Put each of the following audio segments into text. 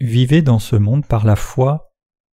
Vivez dans ce monde par la foi.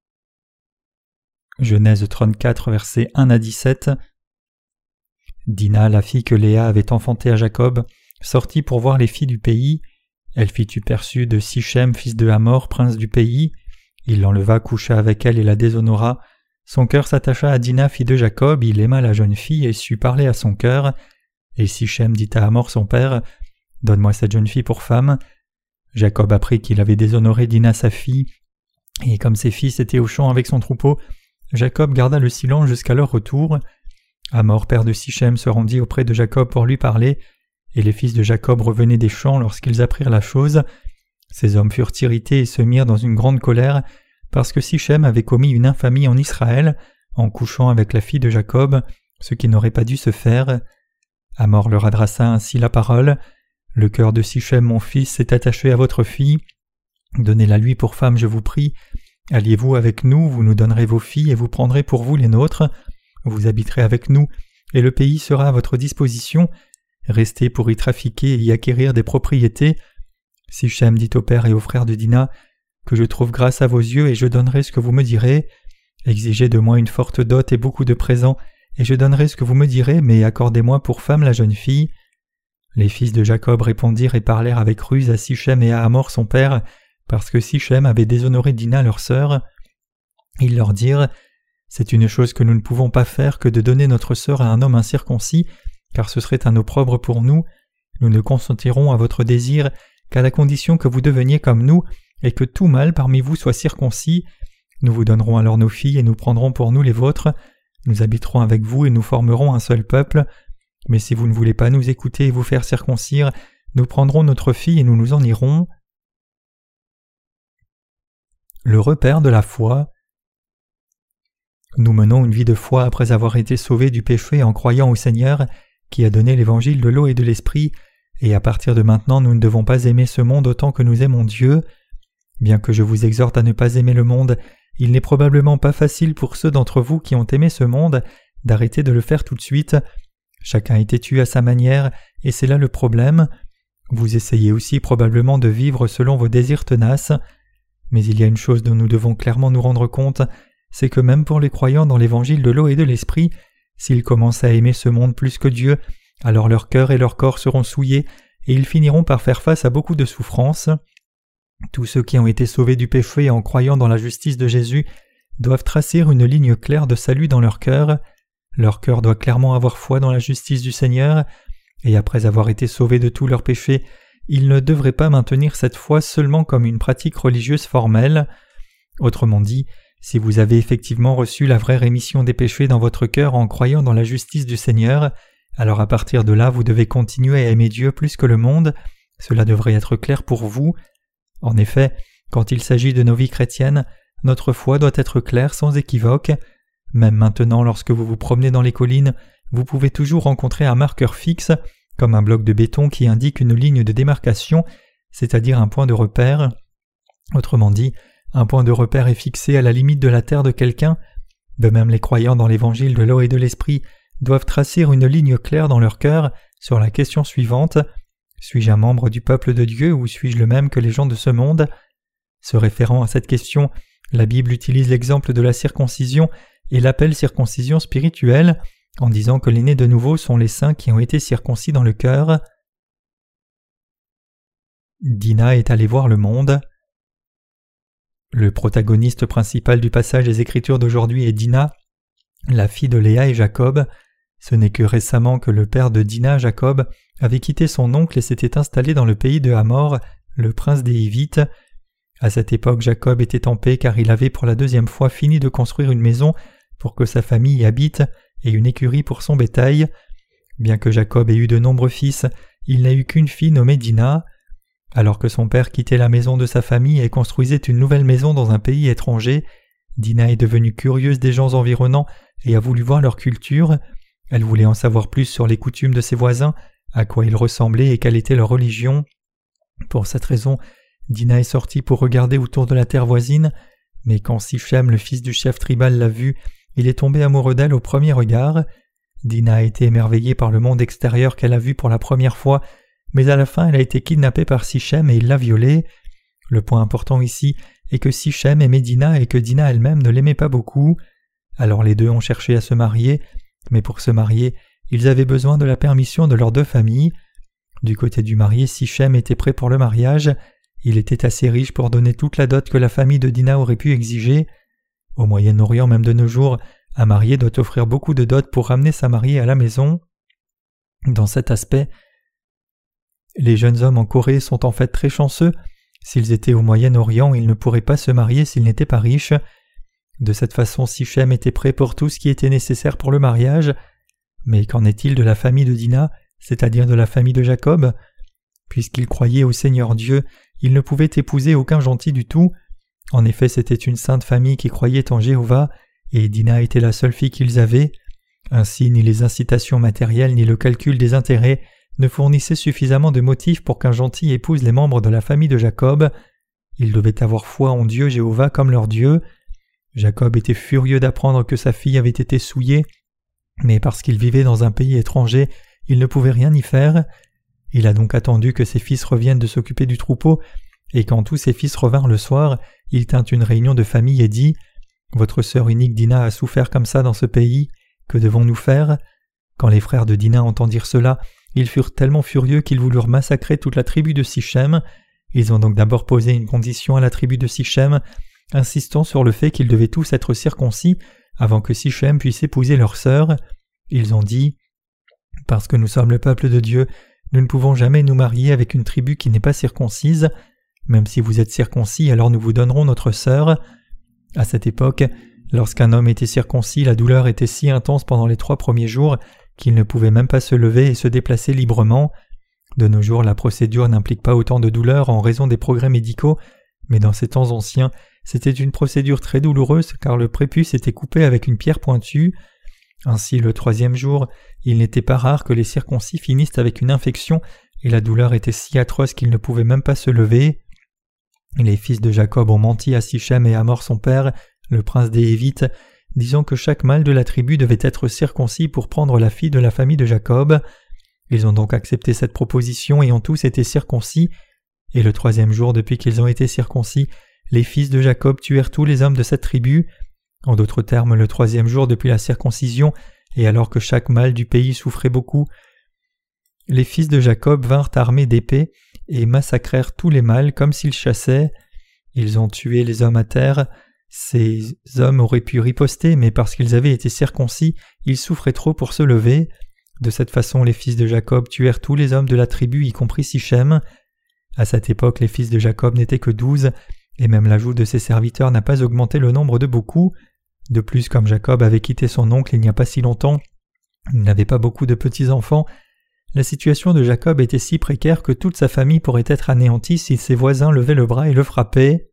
Genèse 34, versets 1 à 17. Dina, la fille que Léa avait enfantée à Jacob, sortit pour voir les filles du pays. Elle fit aperçu de Sichem, fils de Hamor, prince du pays. Il l'enleva, coucha avec elle et la déshonora. Son cœur s'attacha à Dina, fille de Jacob, il aima la jeune fille et sut parler à son cœur. Et Sichem dit à Hamor son père, « Donne-moi cette jeune fille pour femme. » Jacob apprit qu'il avait déshonoré Dina sa fille, et comme ses fils étaient au champ avec son troupeau, Jacob garda le silence jusqu'à leur retour. Hamor, père de Sichem, se rendit auprès de Jacob pour lui parler, et les fils de Jacob revenaient des champs lorsqu'ils apprirent la chose. Ces hommes furent irrités et se mirent dans une grande colère, parce que Sichem avait commis une infamie en Israël, en couchant avec la fille de Jacob, ce qui n'aurait pas dû se faire. Hamor leur adressa ainsi la parole. « Le cœur de Sichem, mon fils, s'est attaché à votre fille. Donnez-la lui pour femme, je vous prie. Alliez-vous avec nous, vous nous donnerez vos filles et vous prendrez pour vous les nôtres. Vous habiterez avec nous, et le pays sera à votre disposition. Restez pour y trafiquer et y acquérir des propriétés. » Sichem dit au père et aux frères de Dina, « Que je trouve grâce à vos yeux et je donnerai ce que vous me direz. Exigez de moi une forte dot et beaucoup de présents, et je donnerai ce que vous me direz, mais accordez-moi pour femme la jeune fille. » Les fils de Jacob répondirent et parlèrent avec ruse à Sichem et à Hamor son père, parce que Sichem avait déshonoré Dina leur sœur. Ils leur dirent, « C'est une chose que nous ne pouvons pas faire que de donner notre sœur à un homme incirconcis, car ce serait un opprobre pour nous. Nous ne consentirons à votre désir qu'à la condition que vous deveniez comme nous, et que tout mâle parmi vous soit circoncis. Nous vous donnerons alors nos filles et nous prendrons pour nous les vôtres. Nous habiterons avec vous et nous formerons un seul peuple. Mais si vous ne voulez pas nous écouter et vous faire circoncire, nous prendrons notre fille et nous nous en irons. » Le repère de la foi. Nous menons une vie de foi après avoir été sauvés du péché en croyant au Seigneur, qui a donné l'évangile de l'eau et de l'esprit, et à partir de maintenant nous ne devons pas aimer ce monde autant que nous aimons Dieu. Bien que je vous exhorte à ne pas aimer le monde, il n'est probablement pas facile pour ceux d'entre vous qui ont aimé ce monde d'arrêter de le faire tout de suite. Chacun est têtu à sa manière, et c'est là le problème. Vous essayez aussi probablement de vivre selon vos désirs tenaces. Mais il y a une chose dont nous devons clairement nous rendre compte, c'est que même pour les croyants dans l'évangile de l'eau et de l'esprit, s'ils commencent à aimer ce monde plus que Dieu, alors leur cœur et leur corps seront souillés, et ils finiront par faire face à beaucoup de souffrances. Tous ceux qui ont été sauvés du péché en croyant dans la justice de Jésus doivent tracer une ligne claire de salut dans leur cœur. Leur cœur doit clairement avoir foi dans la justice du Seigneur, et après avoir été sauvés de tous leurs péchés, ils ne devraient pas maintenir cette foi seulement comme une pratique religieuse formelle. Autrement dit, si vous avez effectivement reçu la vraie rémission des péchés dans votre cœur en croyant dans la justice du Seigneur, alors à partir de là vous devez continuer à aimer Dieu plus que le monde. Cela devrait être clair pour vous. En effet, quand il s'agit de nos vies chrétiennes, notre foi doit être claire sans équivoque. Même maintenant, lorsque vous vous promenez dans les collines, vous pouvez toujours rencontrer un marqueur fixe, comme un bloc de béton qui indique une ligne de démarcation, c'est-à-dire un point de repère. Autrement dit, un point de repère est fixé à la limite de la terre de quelqu'un. De même, les croyants dans l'évangile de l'eau et de l'esprit doivent tracer une ligne claire dans leur cœur sur la question suivante: suis-je un membre du peuple de Dieu ou suis-je le même que les gens de ce monde? Se référant à cette question, la Bible utilise l'exemple de la circoncision et l'appelle circoncision spirituelle, en disant que les nés de nouveau sont les saints qui ont été circoncis dans le cœur. Dina est allée voir le monde. Le protagoniste principal du passage des Écritures d'aujourd'hui est Dina, la fille de Léa et Jacob. Ce n'est que récemment que le père de Dina, Jacob, avait quitté son oncle et s'était installé dans le pays de Hamor, le prince des Hivites. À cette époque, Jacob était en paix car il avait pour la deuxième fois fini de construire une maison pour que sa famille y habite et une écurie pour son bétail. Bien que Jacob ait eu de nombreux fils, il n'a eu qu'une fille nommée Dina. Alors que son père quittait la maison de sa famille et construisait une nouvelle maison dans un pays étranger, Dina est devenue curieuse des gens environnants et a voulu voir leur culture. Elle voulait en savoir plus sur les coutumes de ses voisins, à quoi ils ressemblaient et quelle était leur religion. Pour cette raison, Dina est sortie pour regarder autour de la terre voisine, mais quand Sichem, le fils du chef tribal, l'a vue, il est tombé amoureux d'elle au premier regard. Dina a été émerveillée par le monde extérieur qu'elle a vu pour la première fois, mais à la fin elle a été kidnappée par Sichem et il l'a violée. Le point important ici est que Sichem aimait Dina et que Dina elle-même ne l'aimait pas beaucoup. Alors les deux ont cherché à se marier, mais pour se marier, ils avaient besoin de la permission de leurs deux familles. Du côté du marié, Sichem était prêt pour le mariage. Il était assez riche pour donner toute la dot que la famille de Dina aurait pu exiger. Au Moyen-Orient, même de nos jours, un marié doit offrir beaucoup de dot pour ramener sa mariée à la maison. Dans cet aspect, les jeunes hommes en Corée sont en fait très chanceux. S'ils étaient au Moyen-Orient, ils ne pourraient pas se marier s'ils n'étaient pas riches. De cette façon, Sichem était prêt pour tout ce qui était nécessaire pour le mariage. Mais qu'en est-il de la famille de Dina, c'est-à-dire de la famille de Jacob? Puisqu'ils croyaient au Seigneur Dieu, ils ne pouvaient épouser aucun gentil du tout. En effet, c'était une sainte famille qui croyait en Jéhovah, et Dina était la seule fille qu'ils avaient. Ainsi, ni les incitations matérielles ni le calcul des intérêts ne fournissaient suffisamment de motifs pour qu'un gentil épouse les membres de la famille de Jacob. Ils devaient avoir foi en Dieu Jéhovah comme leur Dieu. Jacob était furieux d'apprendre que sa fille avait été souillée, mais parce qu'il vivait dans un pays étranger, il ne pouvait rien y faire. Il a donc attendu que ses fils reviennent de s'occuper du troupeau, et quand tous ses fils revinrent le soir, il tint une réunion de famille et dit « Votre sœur unique Dina a souffert comme ça dans ce pays, que devons-nous faire ?» Quand les frères de Dina entendirent cela, ils furent tellement furieux qu'ils voulurent massacrer toute la tribu de Sichem. Ils ont donc d'abord posé une condition à la tribu de Sichem, insistant sur le fait qu'ils devaient tous être circoncis avant que Sichem puisse épouser leur sœur. Ils ont dit « Parce que nous sommes le peuple de Dieu, nous ne pouvons jamais nous marier avec une tribu qui n'est pas circoncise. Même si vous êtes circoncis, alors nous vous donnerons notre sœur. » À cette époque, lorsqu'un homme était circoncis, la douleur était si intense pendant les 3 premiers jours qu'il ne pouvait même pas se lever et se déplacer librement. De nos jours, la procédure n'implique pas autant de douleur en raison des progrès médicaux, mais dans ces temps anciens, c'était une procédure très douloureuse car le prépuce était coupé avec une pierre pointue. Ainsi, le 3e jour, il n'était pas rare que les circoncis finissent avec une infection et la douleur était si atroce qu'ils ne pouvaient même pas se lever. Les fils de Jacob ont menti à Sichem et à Hamor son père, le prince des Hévites, disant que chaque mâle de la tribu devait être circoncis pour prendre la fille de la famille de Jacob. Ils ont donc accepté cette proposition et ont tous été circoncis. Et le 3e jour, depuis qu'ils ont été circoncis, les fils de Jacob tuèrent tous les hommes de cette tribu. En d'autres termes, le 3e jour depuis la circoncision, et alors que chaque mâle du pays souffrait beaucoup, les fils de Jacob vinrent armés d'épées et massacrèrent tous les mâles comme s'ils chassaient. Ils ont tué les hommes à terre. Ces hommes auraient pu riposter, mais parce qu'ils avaient été circoncis, ils souffraient trop pour se lever. De cette façon, les fils de Jacob tuèrent tous les hommes de la tribu, y compris Sichem. À cette époque, les fils de Jacob n'étaient que 12, et même l'ajout de ses serviteurs n'a pas augmenté le nombre de beaucoup. De plus, comme Jacob avait quitté son oncle il n'y a pas si longtemps, il n'avait pas beaucoup de petits-enfants. La situation de Jacob était si précaire que toute sa famille pourrait être anéantie si ses voisins levaient le bras et le frappaient.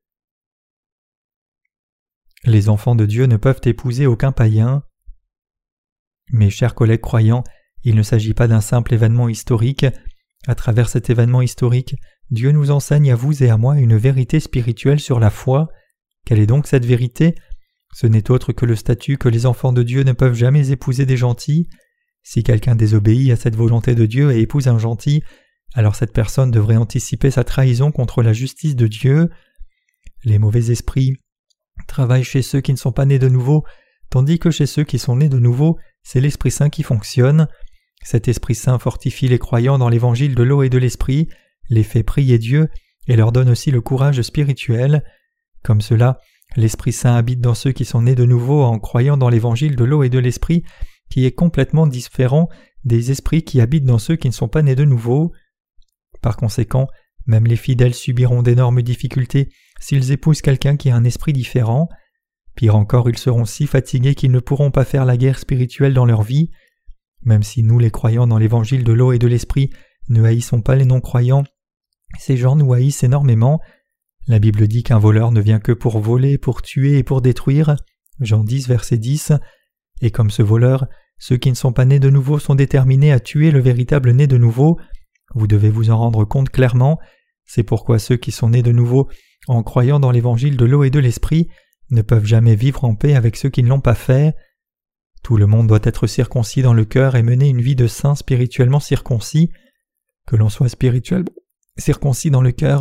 Les enfants de Dieu ne peuvent épouser aucun païen. Mes chers collègues croyants, il ne s'agit pas d'un simple événement historique. À travers cet événement historique, Dieu nous enseigne à vous et à moi une vérité spirituelle sur la foi. Quelle est donc cette vérité ? Ce n'est autre que le statut que les enfants de Dieu ne peuvent jamais épouser des gentils. Si quelqu'un désobéit à cette volonté de Dieu et épouse un gentil, alors cette personne devrait anticiper sa trahison contre la justice de Dieu. Les mauvais esprits travaillent chez ceux qui ne sont pas nés de nouveau, tandis que chez ceux qui sont nés de nouveau, c'est l'Esprit Saint qui fonctionne. Cet Esprit Saint fortifie les croyants dans l'évangile de l'eau et de l'Esprit, les fait prier Dieu et leur donne aussi le courage spirituel. Comme cela, l'Esprit Saint habite dans ceux qui sont nés de nouveau en croyant dans l'évangile de l'eau et de l'Esprit, qui est complètement différent des esprits qui habitent dans ceux qui ne sont pas nés de nouveau. Par conséquent, même les fidèles subiront d'énormes difficultés s'ils épousent quelqu'un qui a un esprit différent. Pire encore, ils seront si fatigués qu'ils ne pourront pas faire la guerre spirituelle dans leur vie. Même si nous, les croyants dans l'évangile de l'eau et de l'Esprit, ne haïssons pas les non-croyants, ces gens nous haïssent énormément. La Bible dit qu'un voleur ne vient que pour voler, pour tuer et pour détruire. Jean 10, verset 10. Et comme ce voleur, ceux qui ne sont pas nés de nouveau sont déterminés à tuer le véritable né de nouveau. Vous devez vous en rendre compte clairement. C'est pourquoi ceux qui sont nés de nouveau, en croyant dans l'évangile de l'eau et de l'Esprit, ne peuvent jamais vivre en paix avec ceux qui ne l'ont pas fait. Tout le monde doit être circoncis dans le cœur et mener une vie de saint spirituellement circoncis. Que l'on soit spirituellement circoncis dans le cœur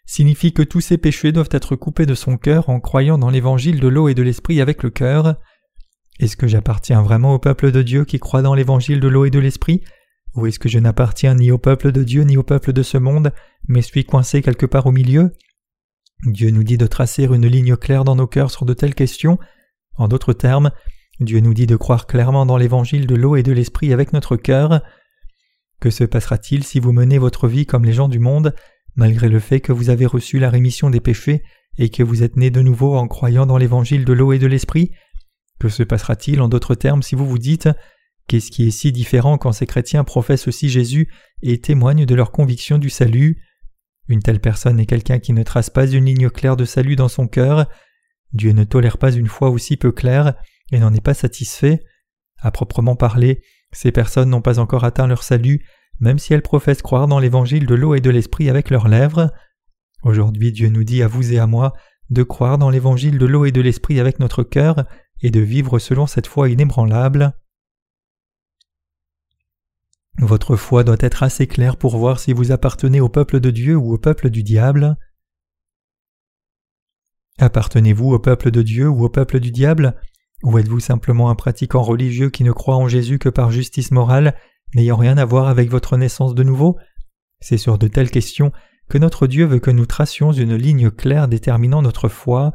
signifie que tous ses péchés doivent être coupés de son cœur en croyant dans l'évangile de l'eau et de l'esprit avec le cœur. Est-ce que j'appartiens vraiment au peuple de Dieu qui croit dans l'évangile de l'eau et de l'esprit? Ou est-ce que je n'appartiens ni au peuple de Dieu ni au peuple de ce monde, mais suis coincé quelque part au milieu? Dieu nous dit de tracer une ligne claire dans nos cœurs sur de telles questions. En d'autres termes, Dieu nous dit de croire clairement dans l'évangile de l'eau et de l'esprit avec notre cœur. Que se passera-t-il si vous menez votre vie comme les gens du monde, malgré le fait que vous avez reçu la rémission des péchés et que vous êtes nés de nouveau en croyant dans l'évangile de l'eau et de l'esprit? Que se passera-t-il en d'autres termes si vous vous dites « Qu'est-ce qui est si différent quand ces chrétiens professent aussi Jésus et témoignent de leur conviction du salut ?» Une telle personne est quelqu'un qui ne trace pas une ligne claire de salut dans son cœur. Dieu ne tolère pas une foi aussi peu claire et n'en est pas satisfait. À proprement parler, ces personnes n'ont pas encore atteint leur salut, même si elles professent croire dans l'évangile de l'eau et de l'esprit avec leurs lèvres. Aujourd'hui, Dieu nous dit à vous et à moi de croire dans l'évangile de l'eau et de l'esprit avec notre cœur et de vivre selon cette foi inébranlable. Votre foi doit être assez claire pour voir si vous appartenez au peuple de Dieu ou au peuple du diable. Appartenez-vous au peuple de Dieu ou au peuple du diable? Ou êtes-vous simplement un pratiquant religieux qui ne croit en Jésus que par justice morale, n'ayant rien à voir avec votre naissance de nouveau? C'est sur de telles questions que notre Dieu veut que nous tracions une ligne claire déterminant notre foi.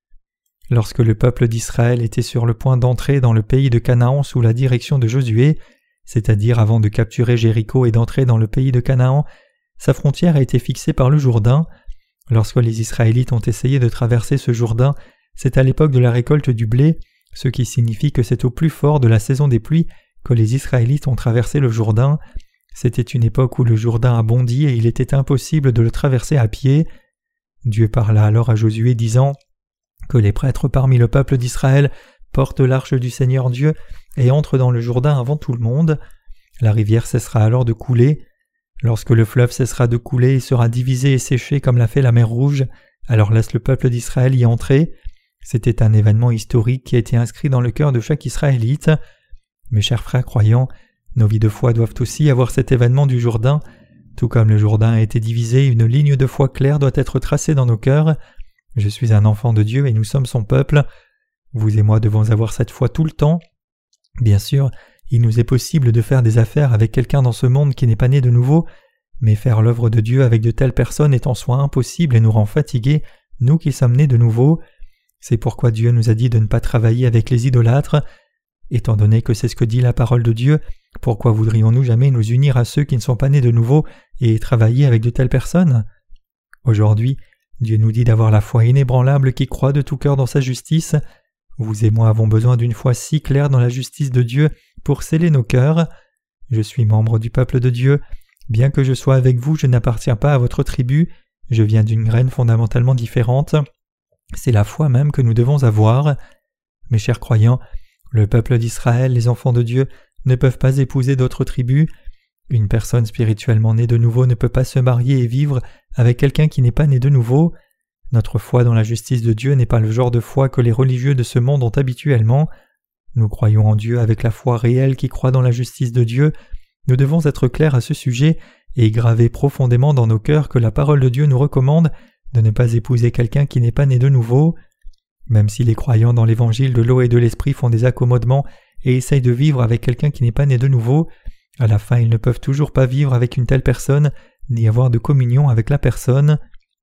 Lorsque le peuple d'Israël était sur le point d'entrer dans le pays de Canaan sous la direction de Josué, c'est-à-dire avant de capturer Jéricho et d'entrer dans le pays de Canaan, sa frontière a été fixée par le Jourdain. Lorsque les Israélites ont essayé de traverser ce Jourdain, c'est à l'époque de la récolte du blé, ce qui signifie que c'est au plus fort de la saison des pluies que les Israélites ont traversé le Jourdain. C'était une époque où le Jourdain a bondi et il était impossible de le traverser à pied. Dieu parla alors à Josué disant que les prêtres parmi le peuple d'Israël portent l'arche du Seigneur Dieu et entrent dans le Jourdain avant tout le monde. La rivière cessera alors de couler. Lorsque le fleuve cessera de couler et sera divisé et séché comme l'a fait la mer Rouge, alors laisse le peuple d'Israël y entrer. C'était un événement historique qui a été inscrit dans le cœur de chaque Israélite. Mes chers frères croyants, nos vies de foi doivent aussi avoir cet événement du Jourdain. Tout comme le Jourdain a été divisé, une ligne de foi claire doit être tracée dans nos cœurs. Je suis un enfant de Dieu et nous sommes son peuple. Vous et moi devons avoir cette foi tout le temps. Bien sûr, il nous est possible de faire des affaires avec quelqu'un dans ce monde qui n'est pas né de nouveau, mais faire l'œuvre de Dieu avec de telles personnes est en soi impossible et nous rend fatigués, nous qui sommes nés de nouveau. C'est pourquoi Dieu nous a dit de ne pas travailler avec les idolâtres. Étant donné que c'est ce que dit la parole de Dieu, pourquoi voudrions-nous jamais nous unir à ceux qui ne sont pas nés de nouveau et travailler avec de telles personnes? Aujourd'hui, Dieu nous dit d'avoir la foi inébranlable qui croit de tout cœur dans sa justice. Vous et moi avons besoin d'une foi si claire dans la justice de Dieu pour sceller nos cœurs. Je suis membre du peuple de Dieu. Bien que je sois avec vous, je n'appartiens pas à votre tribu. Je viens d'une graine fondamentalement différente. C'est la foi même que nous devons avoir. Mes chers croyants, le peuple d'Israël, les enfants de Dieu, ne peuvent pas épouser d'autres tribus. Une personne spirituellement née de nouveau ne peut pas se marier et vivre avec quelqu'un qui n'est pas né de nouveau. Notre foi dans la justice de Dieu n'est pas le genre de foi que les religieux de ce monde ont habituellement. Nous croyons en Dieu avec la foi réelle qui croit dans la justice de Dieu. Nous devons être clairs à ce sujet et graver profondément dans nos cœurs que la parole de Dieu nous recommande de ne pas épouser quelqu'un qui n'est pas né de nouveau. Même si les croyants dans l'évangile de l'eau et de l'esprit font des accommodements et essayent de vivre avec quelqu'un qui n'est pas né de nouveau, à la fin ils ne peuvent toujours pas vivre avec une telle personne, ni avoir de communion avec la personne.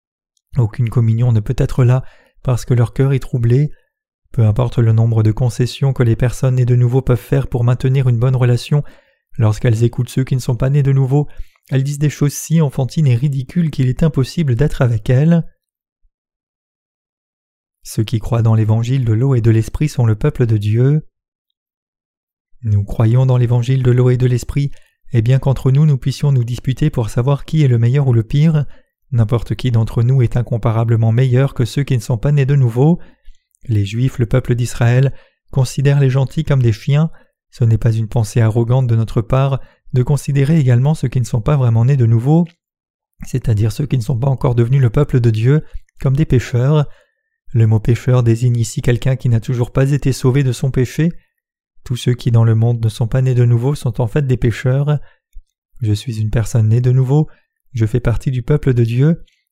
Aucune communion ne peut être là parce que leur cœur est troublé. Peu importe le nombre de concessions que les personnes nées de nouveau peuvent faire pour maintenir une bonne relation, lorsqu'elles écoutent ceux qui ne sont pas nés de nouveau, elles disent des choses si enfantines et ridicules qu'il est impossible d'être avec elles. Ceux qui croient dans l'évangile de l'eau et de l'esprit sont le peuple de Dieu. Nous croyons dans l'évangile de l'eau et de l'esprit, et bien qu'entre nous puissions nous disputer pour savoir qui est le meilleur ou le pire, n'importe qui d'entre nous est incomparablement meilleur que ceux qui ne sont pas nés de nouveau. Les Juifs, le peuple d'Israël, considèrent les gentils comme des chiens. Ce n'est pas une pensée arrogante de notre part de considérer également ceux qui ne sont pas vraiment nés de nouveau, c'est-à-dire ceux qui ne sont pas encore devenus le peuple de Dieu, comme des pécheurs. Le mot pécheur désigne ici quelqu'un qui n'a toujours pas été sauvé de son péché. Tous ceux qui dans le monde ne sont pas nés de nouveau sont en fait des pécheurs. Je suis une personne née de nouveau, je fais partie du peuple de Dieu,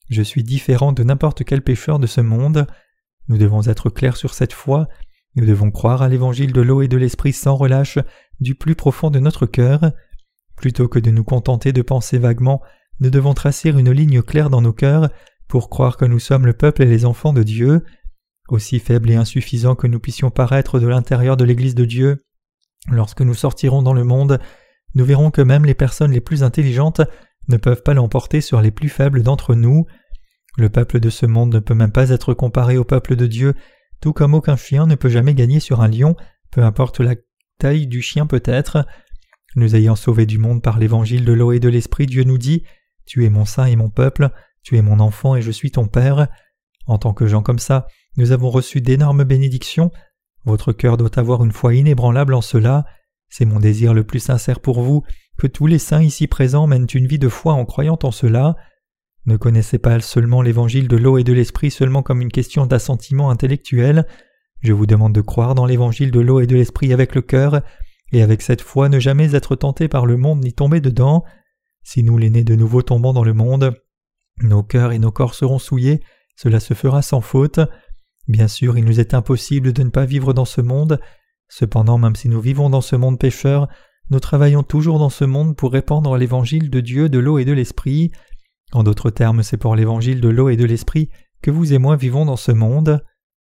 Je suis différent de n'importe quel pécheur de ce monde. Nous devons être clairs sur cette foi. Nous devons croire à l'évangile de l'eau et de l'esprit sans relâche du plus profond de notre cœur. Plutôt que de nous contenter de penser vaguement, nous devons tracer une ligne claire dans nos cœurs pour croire que nous sommes le peuple et les enfants de Dieu. Aussi faibles et insuffisants que nous puissions paraître de l'intérieur de l'Église de Dieu, lorsque nous sortirons dans le monde, nous verrons que même les personnes les plus intelligentes ne peuvent pas l'emporter sur les plus faibles d'entre nous. Le peuple de ce monde ne peut même pas être comparé au peuple de Dieu, tout comme aucun chien ne peut jamais gagner sur un lion, peu importe la taille du chien peut-être. Nous ayant sauvés du monde par l'évangile de l'eau et de l'esprit, Dieu nous dit « Tu es mon saint et mon peuple, tu es mon enfant et je suis ton père ». En tant que gens comme ça, nous avons reçu d'énormes bénédictions. Votre cœur doit avoir une foi inébranlable en cela. C'est mon désir le plus sincère pour vous, que tous les saints ici présents mènent une vie de foi en croyant en cela. Ne connaissez pas seulement l'évangile de l'eau et de l'esprit seulement comme une question d'assentiment intellectuel. Je vous demande de croire dans l'évangile de l'eau et de l'esprit avec le cœur, et avec cette foi ne jamais être tenté par le monde ni tomber dedans. Si nous les nés de nouveau tombons dans le monde, nos cœurs et nos corps seront souillés, cela se fera sans faute. Bien sûr, il nous est impossible de ne pas vivre dans ce monde. Cependant, même si nous vivons dans ce monde pécheur, nous travaillons toujours dans ce monde pour répandre l'évangile de Dieu, de l'eau et de l'esprit. En d'autres termes, c'est pour l'évangile de l'eau et de l'esprit que vous et moi vivons dans ce monde.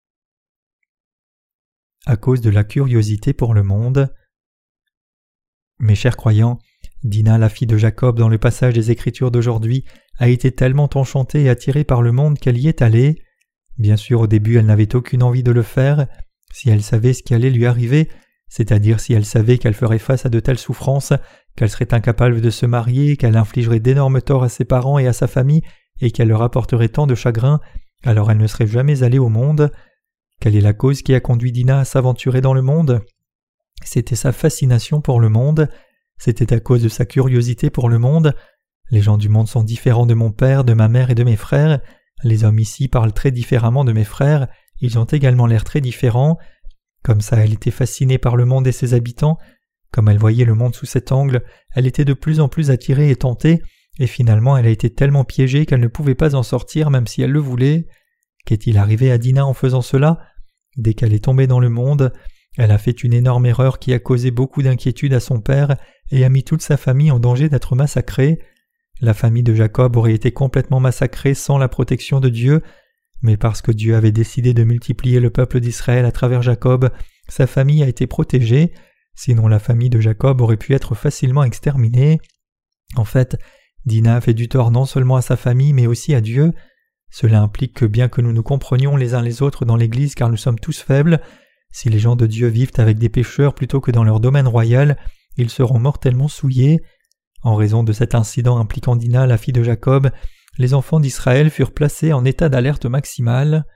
À cause de la curiosité pour le monde. Mes chers croyants, Dina, la fille de Jacob dans le passage des Écritures d'aujourd'hui, a été tellement enchantée et attirée par le monde qu'elle y est allée. Bien sûr, au début, elle n'avait aucune envie de le faire. Si elle savait ce qui allait lui arriver, c'est-à-dire si elle savait qu'elle ferait face à de telles souffrances, qu'elle serait incapable de se marier, qu'elle infligerait d'énormes torts à ses parents et à sa famille, et qu'elle leur apporterait tant de chagrin, alors elle ne serait jamais allée au monde. Quelle est la cause qui a conduit Dina à s'aventurer dans le monde ? C'était sa fascination pour le monde. C'était à cause de sa curiosité pour le monde. Les gens du monde sont différents de mon père, de ma mère et de mes frères. Les hommes ici parlent très différemment de mes frères. Ils ont également l'air très différents. Comme ça, elle était fascinée par le monde et ses habitants. Comme elle voyait le monde sous cet angle, elle était de plus en plus attirée et tentée, et finalement elle a été tellement piégée qu'elle ne pouvait pas en sortir même si elle le voulait. Qu'est-il arrivé à Dina en faisant cela ? Dès qu'elle est tombée dans le monde, elle a fait une énorme erreur qui a causé beaucoup d'inquiétude à son père et a mis toute sa famille en danger d'être massacrée. La famille de Jacob aurait été complètement massacrée sans la protection de Dieu, mais parce que Dieu avait décidé de multiplier le peuple d'Israël à travers Jacob, sa famille a été protégée, sinon la famille de Jacob aurait pu être facilement exterminée. En fait, Dina a fait du tort non seulement à sa famille mais aussi à Dieu. Cela implique que bien que nous nous comprenions les uns les autres dans l'Église car nous sommes tous faibles, si les gens de Dieu vivent avec des pécheurs plutôt que dans leur domaine royal, ils seront mortellement souillés. En raison de cet incident impliquant Dina, la fille de Jacob, les enfants d'Israël furent placés en état d'alerte maximale.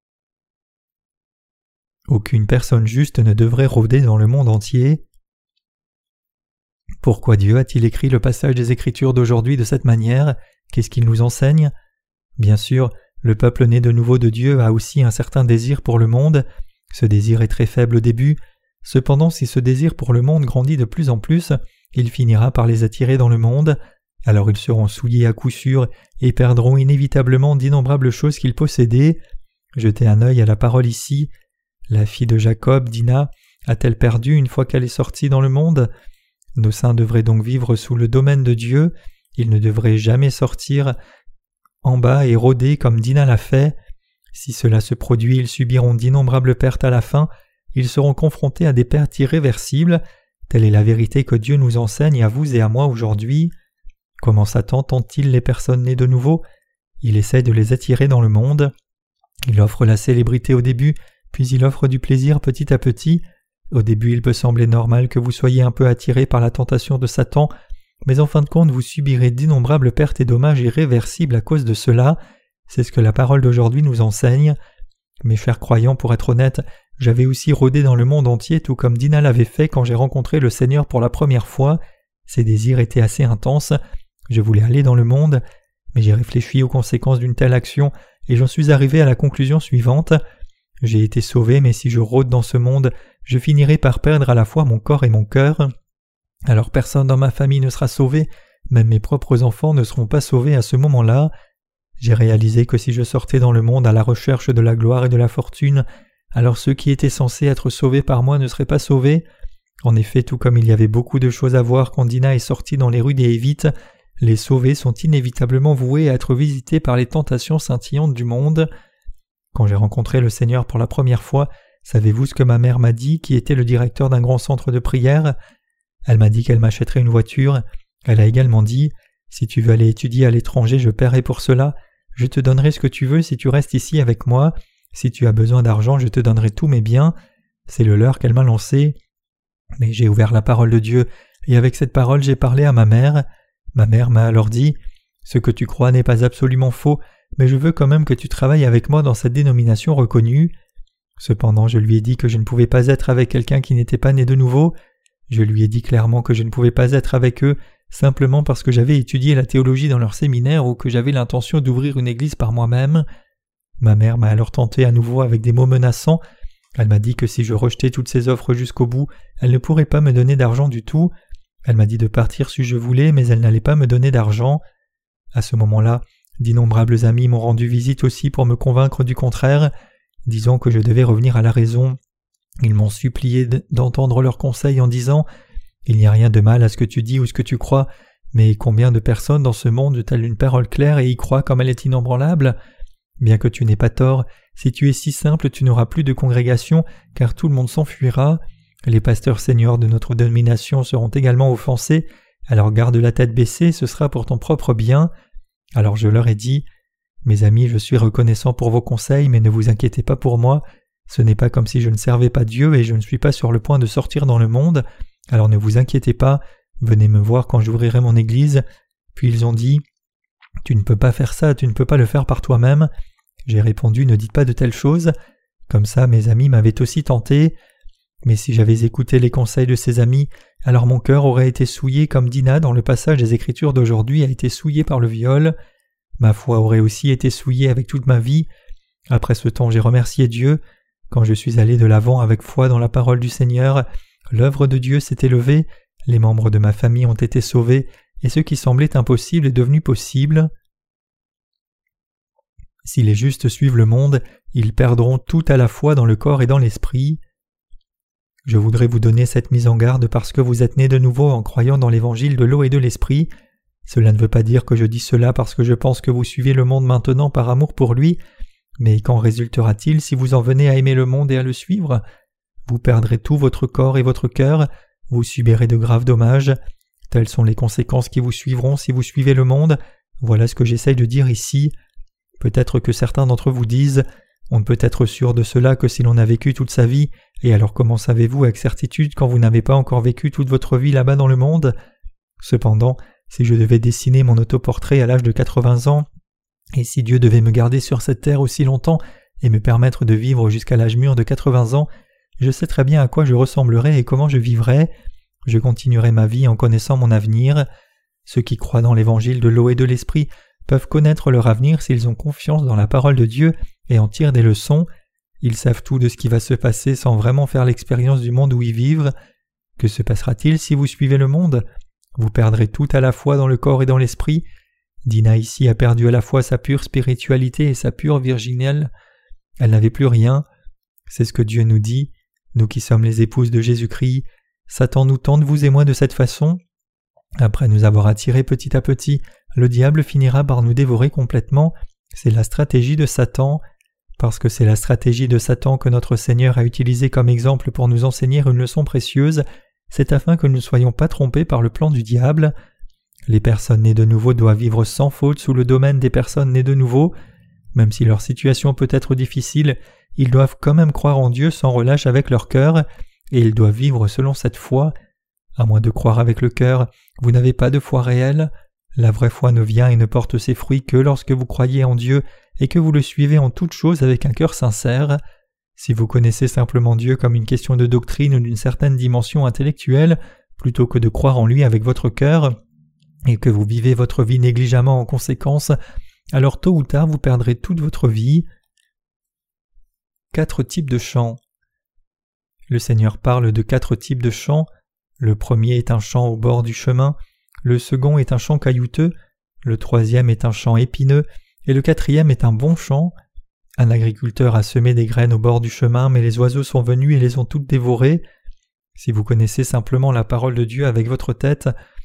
Aucune personne juste ne devrait rôder dans le monde entier. Pourquoi Dieu a-t-il écrit le passage des Écritures d'aujourd'hui de cette manière ? Qu'est-ce qu'il nous enseigne ? Bien sûr, le peuple né de nouveau de Dieu a aussi un certain désir pour le monde. Ce désir est très faible au début. Cependant, si ce désir pour le monde grandit de plus en plus, il finira par les attirer dans le monde. Alors ils seront souillés à coup sûr et perdront inévitablement d'innombrables choses qu'ils possédaient. Jetez un œil à la parole ici. La fille de Jacob, Dina, a-t-elle perdu une fois qu'elle est sortie dans le monde ? Nos saints devraient donc vivre sous le domaine de Dieu. Ils ne devraient jamais sortir en bas et rôder comme Dina l'a fait. Si cela se produit, ils subiront d'innombrables pertes à la fin. Ils seront confrontés à des pertes irréversibles. Telle est la vérité que Dieu nous enseigne à vous et à moi aujourd'hui. Comment Satan tente-t-il les personnes nées de nouveau ? Il essaie de les attirer dans le monde. Il offre la célébrité au début, puis il offre du plaisir petit à petit. Au début, il peut sembler normal que vous soyez un peu attiré par la tentation de Satan, mais en fin de compte, vous subirez d'innombrables pertes et dommages irréversibles à cause de cela. C'est ce que la parole d'aujourd'hui nous enseigne. Mes chers croyants, pour être honnête, j'avais aussi rôdé dans le monde entier tout comme Dina l'avait fait quand j'ai rencontré le Seigneur pour la première fois. Ses désirs étaient assez intenses. Je voulais aller dans le monde, mais j'ai réfléchi aux conséquences d'une telle action et j'en suis arrivé à la conclusion suivante. J'ai été sauvé, mais si je rôde dans ce monde, je finirai par perdre à la fois mon corps et mon cœur. Alors personne dans ma famille ne sera sauvé, même mes propres enfants ne seront pas sauvés à ce moment-là. J'ai réalisé que si je sortais dans le monde à la recherche de la gloire et de la fortune, alors ceux qui étaient censés être sauvés par moi ne seraient pas sauvés. En effet, tout comme il y avait beaucoup de choses à voir quand Dina est sortie dans les rues des Hévites, les sauvés sont inévitablement voués à être visités par les tentations scintillantes du monde. Quand j'ai rencontré le Seigneur pour la première fois, savez-vous ce que ma mère m'a dit, qui était le directeur d'un grand centre de prière? Elle m'a dit qu'elle m'achèterait une voiture. Elle a également dit « Si tu veux aller étudier à l'étranger, je paierai pour cela. Je te donnerai ce que tu veux si tu restes ici avec moi. Si tu as besoin d'argent, je te donnerai tous mes biens. » C'est le leurre qu'elle m'a lancé. Mais j'ai ouvert la parole de Dieu, et avec cette parole j'ai parlé à ma mère. Ma mère m'a alors dit « Ce que tu crois n'est pas absolument faux, mais je veux quand même que tu travailles avec moi dans cette dénomination reconnue. » Cependant, je lui ai dit que je ne pouvais pas être avec quelqu'un qui n'était pas né de nouveau. Je lui ai dit clairement que je ne pouvais pas être avec eux simplement parce que j'avais étudié la théologie dans leur séminaire ou que j'avais l'intention d'ouvrir une église par moi-même. Ma mère m'a alors tenté à nouveau avec des mots menaçants. Elle m'a dit que si je rejetais toutes ces offres jusqu'au bout, elle ne pourrait pas me donner d'argent du tout. Elle m'a dit de partir si je voulais, mais elle n'allait pas me donner d'argent. À ce moment-là, d'innombrables amis m'ont rendu visite aussi pour me convaincre du contraire. Disant que je devais revenir à la raison, ils m'ont supplié d'entendre leurs conseils en disant « Il n'y a rien de mal à ce que tu dis ou ce que tu crois, mais combien de personnes dans ce monde ont-elles une parole claire et y croient comme elle est inébranlable? Bien que tu n'aies pas tort, si tu es si simple, tu n'auras plus de congrégation, car tout le monde s'enfuira. Les pasteurs seniors de notre dénomination seront également offensés, alors garde la tête baissée, ce sera pour ton propre bien. » Alors je leur ai dit « Mes amis, je suis reconnaissant pour vos conseils, mais ne vous inquiétez pas pour moi. Ce n'est pas comme si je ne servais pas Dieu et je ne suis pas sur le point de sortir dans le monde. Alors ne vous inquiétez pas, venez me voir quand j'ouvrirai mon église. » Puis ils ont dit « Tu ne peux pas faire ça, tu ne peux pas le faire par toi-même. » J'ai répondu « Ne dites pas de telles choses. » Comme ça, mes amis m'avaient aussi tenté. Mais si j'avais écouté les conseils de ces amis, alors mon cœur aurait été souillé comme Dina dans le passage des Écritures d'aujourd'hui a été souillé par le viol. Ma foi aurait aussi été souillée avec toute ma vie. Après ce temps, j'ai remercié Dieu. Quand je suis allé de l'avant avec foi dans la parole du Seigneur, l'œuvre de Dieu s'est élevée, les membres de ma famille ont été sauvés, et ce qui semblait impossible est devenu possible. Si les justes suivent le monde, ils perdront tout à la fois dans le corps et dans l'esprit. Je voudrais vous donner cette mise en garde parce que vous êtes nés de nouveau en croyant dans l'évangile de l'eau et de l'esprit. Cela ne veut pas dire que je dis cela parce que je pense que vous suivez le monde maintenant par amour pour lui, mais qu'en résultera-t-il si vous en venez à aimer le monde et à le suivre? Vous perdrez tout votre corps et votre cœur, vous subirez de graves dommages. Telles sont les conséquences qui vous suivront si vous suivez le monde. Voilà ce que j'essaye de dire ici. Peut-être que certains d'entre vous disent « On ne peut être sûr de cela que si l'on a vécu toute sa vie, et alors comment savez-vous avec certitude quand vous n'avez pas encore vécu toute votre vie là-bas dans le monde ?» Cependant, si je devais dessiner mon autoportrait à l'âge de 80 ans, et si Dieu devait me garder sur cette terre aussi longtemps et me permettre de vivre jusqu'à l'âge mûr de 80 ans, je sais très bien à quoi je ressemblerais et comment je vivrais. Je continuerai ma vie en connaissant mon avenir. Ceux qui croient dans l'évangile de l'eau et de l'esprit peuvent connaître leur avenir s'ils ont confiance dans la parole de Dieu et en tirent des leçons. Ils savent tout de ce qui va se passer sans vraiment faire l'expérience du monde où ils vivent. Que se passera-t-il si vous suivez le monde? Vous perdrez tout à la fois dans le corps et dans l'esprit. Dina ici a perdu à la fois sa pure spiritualité et sa pure virginelle. Elle n'avait plus rien. C'est ce que Dieu nous dit, nous qui sommes les épouses de Jésus-Christ. Satan nous tente, vous et moi, de cette façon. Après nous avoir attirés petit à petit, le diable finira par nous dévorer complètement. C'est la stratégie de Satan. Parce que c'est la stratégie de Satan que notre Seigneur a utilisée comme exemple pour nous enseigner une leçon précieuse, c'est afin que nous ne soyons pas trompés par le plan du diable. Les personnes nées de nouveau doivent vivre sans faute sous le domaine des personnes nées de nouveau. Même si leur situation peut être difficile, ils doivent quand même croire en Dieu sans relâche avec leur cœur, et ils doivent vivre selon cette foi. À moins de croire avec le cœur, vous n'avez pas de foi réelle. La vraie foi ne vient et ne porte ses fruits que lorsque vous croyez en Dieu et que vous le suivez en toutes choses avec un cœur sincère. Si vous connaissez simplement Dieu comme une question de doctrine ou d'une certaine dimension intellectuelle, plutôt que de croire en lui avec votre cœur, et que vous vivez votre vie négligemment en conséquence, alors tôt ou tard vous perdrez toute votre vie. 4 types de chants. Le Seigneur parle de 4 types de chants. Le premier est un chant au bord du chemin, le second est un chant caillouteux, le troisième est un chant épineux, et le quatrième est un bon champ. Un agriculteur a semé des graines au bord du chemin, mais les oiseaux sont venus et les ont toutes dévorées. Si vous connaissez simplement la parole de Dieu avec votre tête,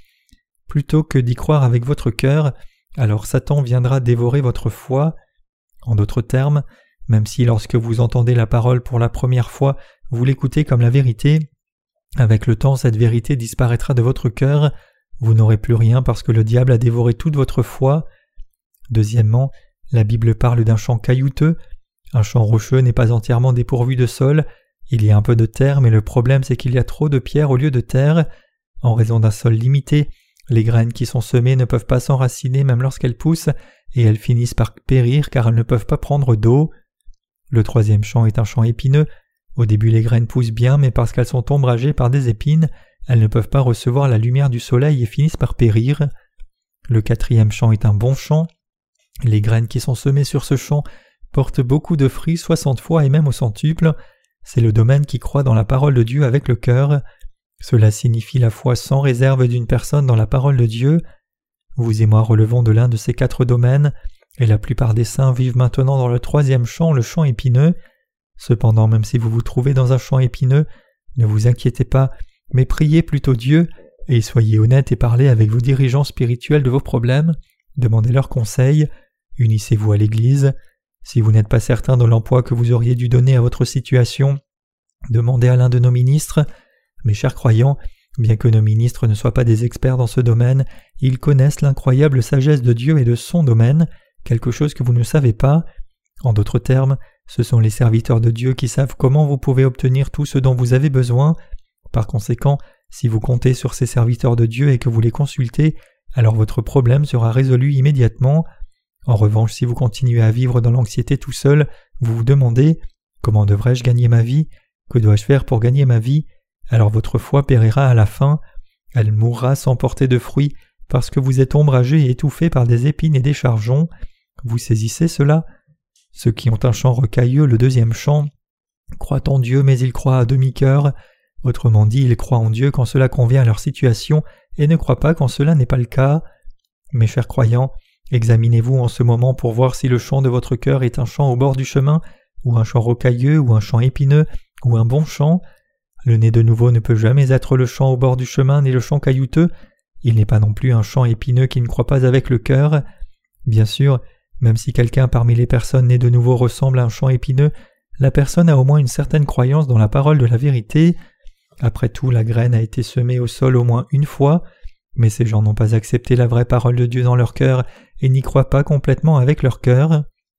plutôt que d'y croire avec votre cœur, alors Satan viendra dévorer votre foi. En d'autres termes, même si lorsque vous entendez la parole pour la première fois, vous l'écoutez comme la vérité, avec le temps cette vérité disparaîtra de votre cœur, vous n'aurez plus rien parce que le diable a dévoré toute votre foi. Deuxièmement, la Bible parle d'un champ caillouteux. Un champ rocheux n'est pas entièrement dépourvu de sol, il y a un peu de terre, mais le problème c'est qu'il y a trop de pierre au lieu de terre. En raison d'un sol limité, les graines qui sont semées ne peuvent pas s'enraciner même lorsqu'elles poussent, et elles finissent par périr car elles ne peuvent pas prendre d'eau. Le troisième champ est un champ épineux. Au début les graines poussent bien, mais parce qu'elles sont ombragées par des épines, elles ne peuvent pas recevoir la lumière du soleil et finissent par périr. Le quatrième champ est un bon champ. Les graines qui sont semées sur ce champ portent beaucoup de fruits 60 fois et même au centuple. C'est le domaine qui croit dans la parole de Dieu avec le cœur. Cela signifie la foi sans réserve d'une personne dans la parole de Dieu. Vous et moi relevons de l'un de ces 4 domaines, et la plupart des saints vivent maintenant dans le troisième champ, le champ épineux. Cependant, même si vous vous trouvez dans un champ épineux, ne vous inquiétez pas, mais priez plutôt Dieu, et soyez honnête et parlez avec vos dirigeants spirituels de vos problèmes, demandez leurs conseils, unissez-vous à l'Église. Si vous n'êtes pas certain de l'emploi que vous auriez dû donner à votre situation, demandez à l'un de nos ministres. Mes chers croyants, bien que nos ministres ne soient pas des experts dans ce domaine, ils connaissent l'incroyable sagesse de Dieu et de son domaine, quelque chose que vous ne savez pas. En d'autres termes, ce sont les serviteurs de Dieu qui savent comment vous pouvez obtenir tout ce dont vous avez besoin. Par conséquent, si vous comptez sur ces serviteurs de Dieu et que vous les consultez, alors votre problème sera résolu immédiatement. En revanche, si vous continuez à vivre dans l'anxiété tout seul, vous vous demandez « Comment devrais-je gagner ma vie ? Que dois-je faire pour gagner ma vie ?» Alors votre foi périra à la fin. Elle mourra sans porter de fruits parce que vous êtes ombragé et étouffé par des épines et des chargeons. Vous saisissez cela ? Ceux qui ont un champ rocailleux, le deuxième champ, croient en Dieu mais ils croient à demi-cœur. Autrement dit, ils croient en Dieu quand cela convient à leur situation et ne croient pas quand cela n'est pas le cas. Mes chers croyants, examinez-vous en ce moment pour voir si le champ de votre cœur est un champ au bord du chemin, ou un champ rocailleux, ou un champ épineux, ou un bon champ. Le né de nouveau ne peut jamais être le champ au bord du chemin ni le champ caillouteux. Il n'est pas non plus un champ épineux qui ne croit pas avec le cœur. Bien sûr, même si quelqu'un parmi les personnes nées de nouveau ressemble à un champ épineux, la personne a au moins une certaine croyance dans la parole de la vérité. Après tout, la graine a été semée au sol au moins une fois, mais ces gens n'ont pas accepté la vraie parole de Dieu dans leur cœur et n'y croient pas complètement avec leur cœur.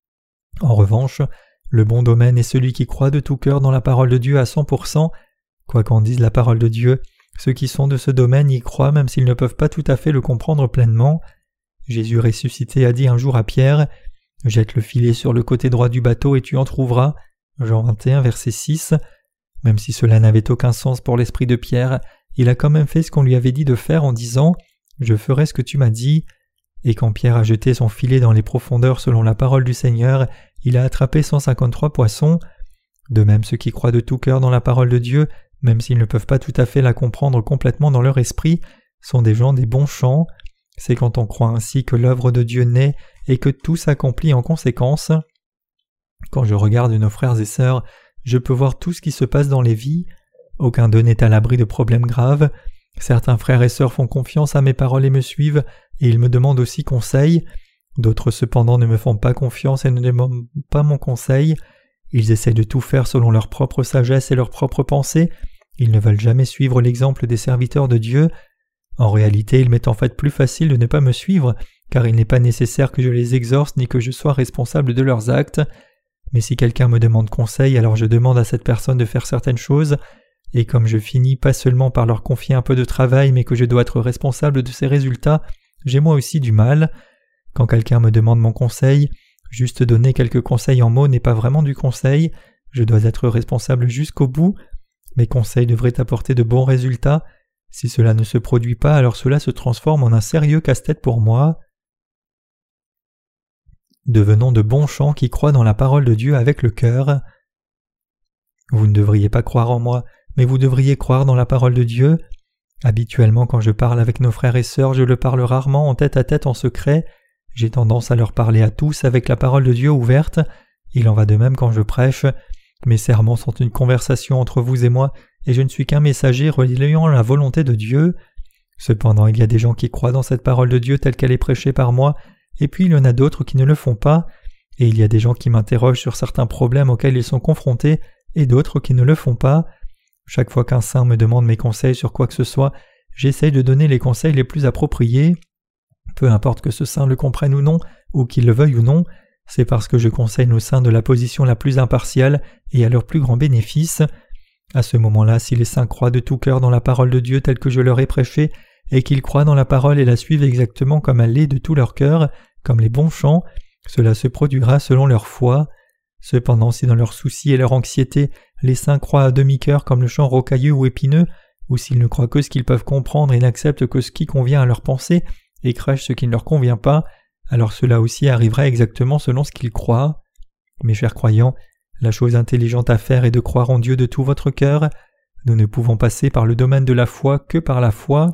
En revanche, le bon domaine est celui qui croit de tout cœur dans la parole de Dieu à 100%. Quoi qu'en dise la parole de Dieu, ceux qui sont de ce domaine y croient même s'ils ne peuvent pas tout à fait le comprendre pleinement. Jésus ressuscité a dit un jour à Pierre « Jette le filet sur le côté droit du bateau et tu en trouveras » Jean 21, verset 6. Même si cela n'avait aucun sens pour l'esprit de Pierre, il a quand même fait ce qu'on lui avait dit de faire en disant « Je ferai ce que tu m'as dit ». Et quand Pierre a jeté son filet dans les profondeurs selon la parole du Seigneur, il a attrapé 153 poissons. De même, ceux qui croient de tout cœur dans la parole de Dieu, même s'ils ne peuvent pas tout à fait la comprendre complètement dans leur esprit, sont des gens des bons champs. C'est quand on croit ainsi que l'œuvre de Dieu naît et que tout s'accomplit en conséquence. Quand je regarde nos frères et sœurs, je peux voir tout ce qui se passe dans les vies. Aucun d'eux n'est à l'abri de problèmes graves. Certains frères et sœurs font confiance à mes paroles et me suivent, et ils me demandent aussi conseil. D'autres cependant ne me font pas confiance et ne demandent pas mon conseil. Ils essaient de tout faire selon leur propre sagesse et leurs propres pensées. Ils ne veulent jamais suivre l'exemple des serviteurs de Dieu. En réalité, il m'est en fait plus facile de ne pas me suivre, car il n'est pas nécessaire que je les exorce ni que je sois responsable de leurs actes. Mais si quelqu'un me demande conseil, alors je demande à cette personne de faire certaines choses, et comme je finis pas seulement par leur confier un peu de travail, mais que je dois être responsable de ces résultats, j'ai moi aussi du mal. Quand quelqu'un me demande mon conseil, juste donner quelques conseils en mots n'est pas vraiment du conseil, je dois être responsable jusqu'au bout. Mes conseils devraient apporter de bons résultats. Si cela ne se produit pas, alors cela se transforme en un sérieux casse-tête pour moi. Devenons de bons champs qui croient dans la parole de Dieu avec le cœur. Vous ne devriez pas croire en moi, mais vous devriez croire dans la parole de Dieu. Habituellement, quand je parle avec nos frères et sœurs, je le parle rarement en tête-à-tête en secret. J'ai tendance à leur parler à tous avec la parole de Dieu ouverte. Il en va de même quand je prêche. Mes sermons sont une conversation entre vous et moi, et je ne suis qu'un messager relayant la volonté de Dieu. Cependant, il y a des gens qui croient dans cette parole de Dieu telle qu'elle est prêchée par moi, et puis il y en a d'autres qui ne le font pas, et il y a des gens qui m'interrogent sur certains problèmes auxquels ils sont confrontés, et d'autres qui ne le font pas. Chaque fois qu'un saint me demande mes conseils sur quoi que ce soit, j'essaye de donner les conseils les plus appropriés. Peu importe que ce saint le comprenne ou non, ou qu'il le veuille ou non, c'est parce que je conseille nos saints de la position la plus impartiale et à leur plus grand bénéfice. À ce moment-là, si les saints croient de tout cœur dans la parole de Dieu telle que je leur ai prêchée, et qu'ils croient dans la parole et la suivent exactement comme elle l'est de tout leur cœur, comme les bons chants, cela se produira selon leur foi. Cependant, si dans leurs soucis et leur anxiété, les saints croient à demi-cœur comme le chant rocailleux ou épineux, ou s'ils ne croient que ce qu'ils peuvent comprendre et n'acceptent que ce qui convient à leur pensée, et crachent ce qui ne leur convient pas, alors cela aussi arrivera exactement selon ce qu'ils croient. Mes chers croyants, la chose intelligente à faire est de croire en Dieu de tout votre cœur. Nous ne pouvons passer par le domaine de la foi que par la foi.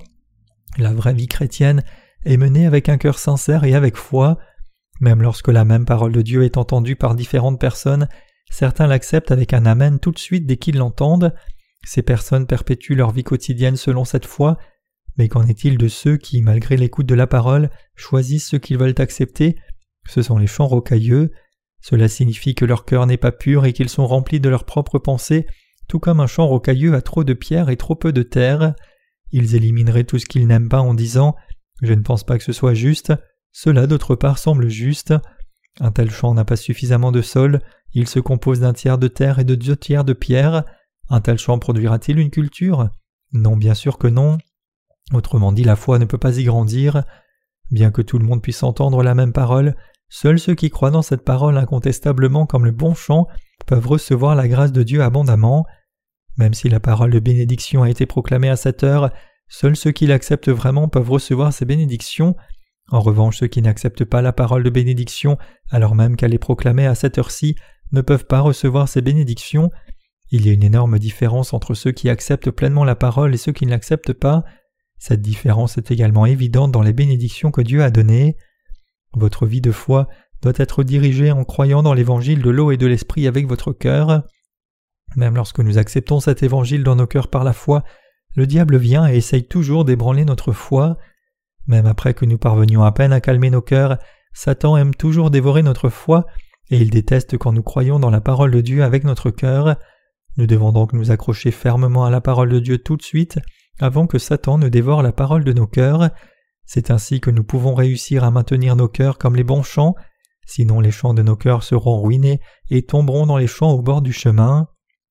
La vraie vie chrétienne est menée avec un cœur sincère et avec foi. Même lorsque la même parole de Dieu est entendue par différentes personnes, certains l'acceptent avec un amen tout de suite dès qu'ils l'entendent. Ces personnes perpétuent leur vie quotidienne selon cette foi. Mais qu'en est-il de ceux qui, malgré l'écoute de la parole, choisissent ce qu'ils veulent accepter? Ce sont les chants rocailleux. Cela signifie que leur cœur n'est pas pur et qu'ils sont remplis de leurs propres pensées, tout comme un champ rocailleux a trop de pierres et trop peu de terre. Ils élimineraient tout ce qu'ils n'aiment pas en disant « Je ne pense pas que ce soit juste », cela d'autre part semble juste. Un tel champ n'a pas suffisamment de sol, il se compose d'un tiers de terre et de 2 tiers de pierre. Un tel champ produira-t-il une culture? Non, bien sûr que non. Autrement dit, la foi ne peut pas y grandir. Bien que tout le monde puisse entendre la même parole, seuls ceux qui croient dans cette parole incontestablement comme le bon chant peuvent recevoir la grâce de Dieu abondamment. Même si la parole de bénédiction a été proclamée à cette heure, seuls ceux qui l'acceptent vraiment peuvent recevoir ces bénédictions. En revanche, ceux qui n'acceptent pas la parole de bénédiction, alors même qu'elle est proclamée à cette heure-ci, ne peuvent pas recevoir ces bénédictions. Il y a une énorme différence entre ceux qui acceptent pleinement la parole et ceux qui ne l'acceptent pas. Cette différence est également évidente dans les bénédictions que Dieu a données. Votre vie de foi doit être dirigée en croyant dans l'évangile de l'eau et de l'esprit avec votre cœur. Même lorsque nous acceptons cet évangile dans nos cœurs par la foi, le diable vient et essaye toujours d'ébranler notre foi. Même après que nous parvenions à peine à calmer nos cœurs, Satan aime toujours dévorer notre foi et il déteste quand nous croyons dans la parole de Dieu avec notre cœur. Nous devons donc nous accrocher fermement à la parole de Dieu tout de suite avant que Satan ne dévore la parole de nos cœurs. C'est ainsi que nous pouvons réussir à maintenir nos cœurs comme les bons champs, sinon les champs de nos cœurs seront ruinés et tomberont dans les champs au bord du chemin.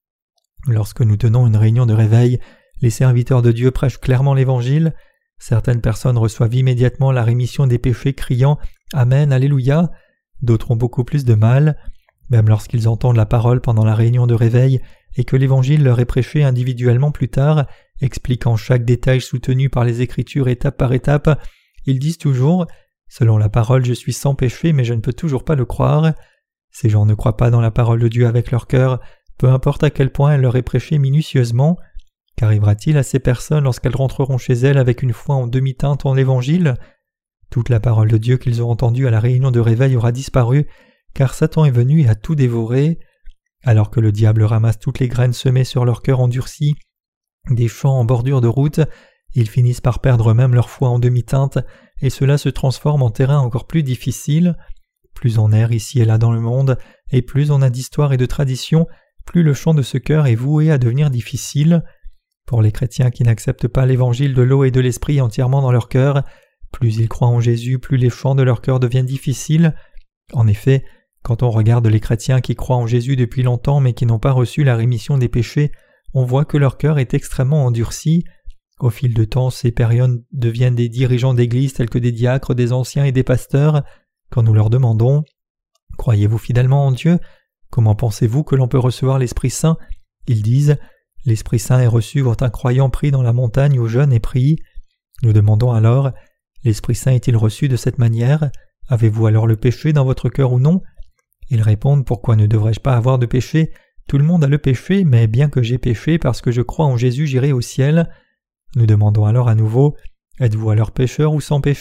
Lorsque nous tenons une réunion de réveil, les serviteurs de Dieu prêchent clairement l'Évangile. Certaines personnes reçoivent immédiatement la rémission des péchés criant « Amen, Alléluia ». D'autres ont beaucoup plus de mal. Même lorsqu'ils entendent la parole pendant la réunion de réveil et que l'Évangile leur est prêché individuellement plus tard, expliquant chaque détail soutenu par les Écritures étape par étape, ils disent toujours « Selon la parole, je suis sans péché, mais je ne peux toujours pas le croire ». Ces gens ne croient pas dans la parole de Dieu avec leur cœur, peu importe à quel point elle leur est prêchée minutieusement. Qu'arrivera-t-il à ces personnes lorsqu'elles rentreront chez elles avec une foi en demi-teinte en l'Évangile? Toute la parole de Dieu qu'ils ont entendue à la réunion de réveil aura disparu, car Satan est venu et a tout dévoré. Alors que le diable ramasse toutes les graines semées sur leur cœur endurci, des champs en bordure de route, ils finissent par perdre eux-mêmes leur foi en demi-teinte, et cela se transforme en terrain encore plus difficile. Plus on erre ici et là dans le monde, et plus on a d'histoire et de tradition, plus le champ de ce cœur est voué à devenir difficile. Pour les chrétiens qui n'acceptent pas l'évangile de l'eau et de l'esprit entièrement dans leur cœur, plus ils croient en Jésus, plus les champs de leur cœur deviennent difficiles. En effet, quand on regarde les chrétiens qui croient en Jésus depuis longtemps mais qui n'ont pas reçu la rémission des péchés, on voit que leur cœur est extrêmement endurci. Au fil de temps, ces personnes deviennent des dirigeants d'église tels que des diacres, des anciens et des pasteurs. Quand nous leur demandons « Croyez-vous fidèlement en Dieu ? Comment pensez-vous que l'on peut recevoir l'Esprit Saint ?» Ils disent « L'Esprit Saint est reçu quand un croyant prie dans la montagne ou jeûne et prie. » Nous demandons alors « L'Esprit Saint est-il reçu de cette manière ? Avez-vous alors le péché dans votre cœur ou non ?» Ils répondent « Pourquoi ne devrais-je pas avoir de péché ? Tout le monde a le péché, mais bien que j'ai péché parce que je crois en Jésus, j'irai au ciel. » Nous demandons alors à nouveau « Êtes-vous alors pécheur ou sans péché ?»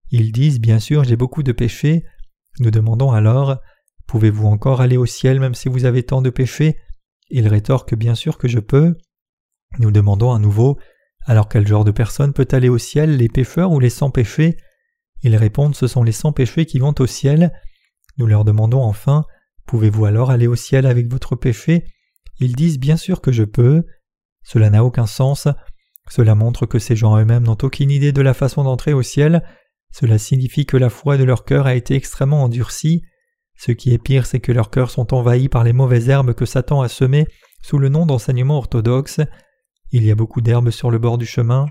Ils disent « Bien sûr, j'ai beaucoup de péchés ». Nous demandons alors « Pouvez-vous encore aller au ciel même si vous avez tant de péchés ?» Ils rétorquent « Bien sûr que je peux ». Nous demandons à nouveau « Alors quel genre de personne peut aller au ciel, les pécheurs ou les sans péchés ?» Ils répondent « Ce sont les sans péchés qui vont au ciel ». Nous leur demandons enfin « Pouvez-vous alors aller au ciel avec votre péché ?» Ils disent « Bien sûr que je peux ». Cela n'a aucun sens. Cela montre que ces gens eux-mêmes n'ont aucune idée de la façon d'entrer au ciel. Cela signifie que la foi de leur cœur a été extrêmement endurcie. Ce qui est pire, c'est que leurs cœurs sont envahis par les mauvaises herbes que Satan a semées sous le nom d'enseignement orthodoxe. Il y a beaucoup d'herbes sur le bord du chemin.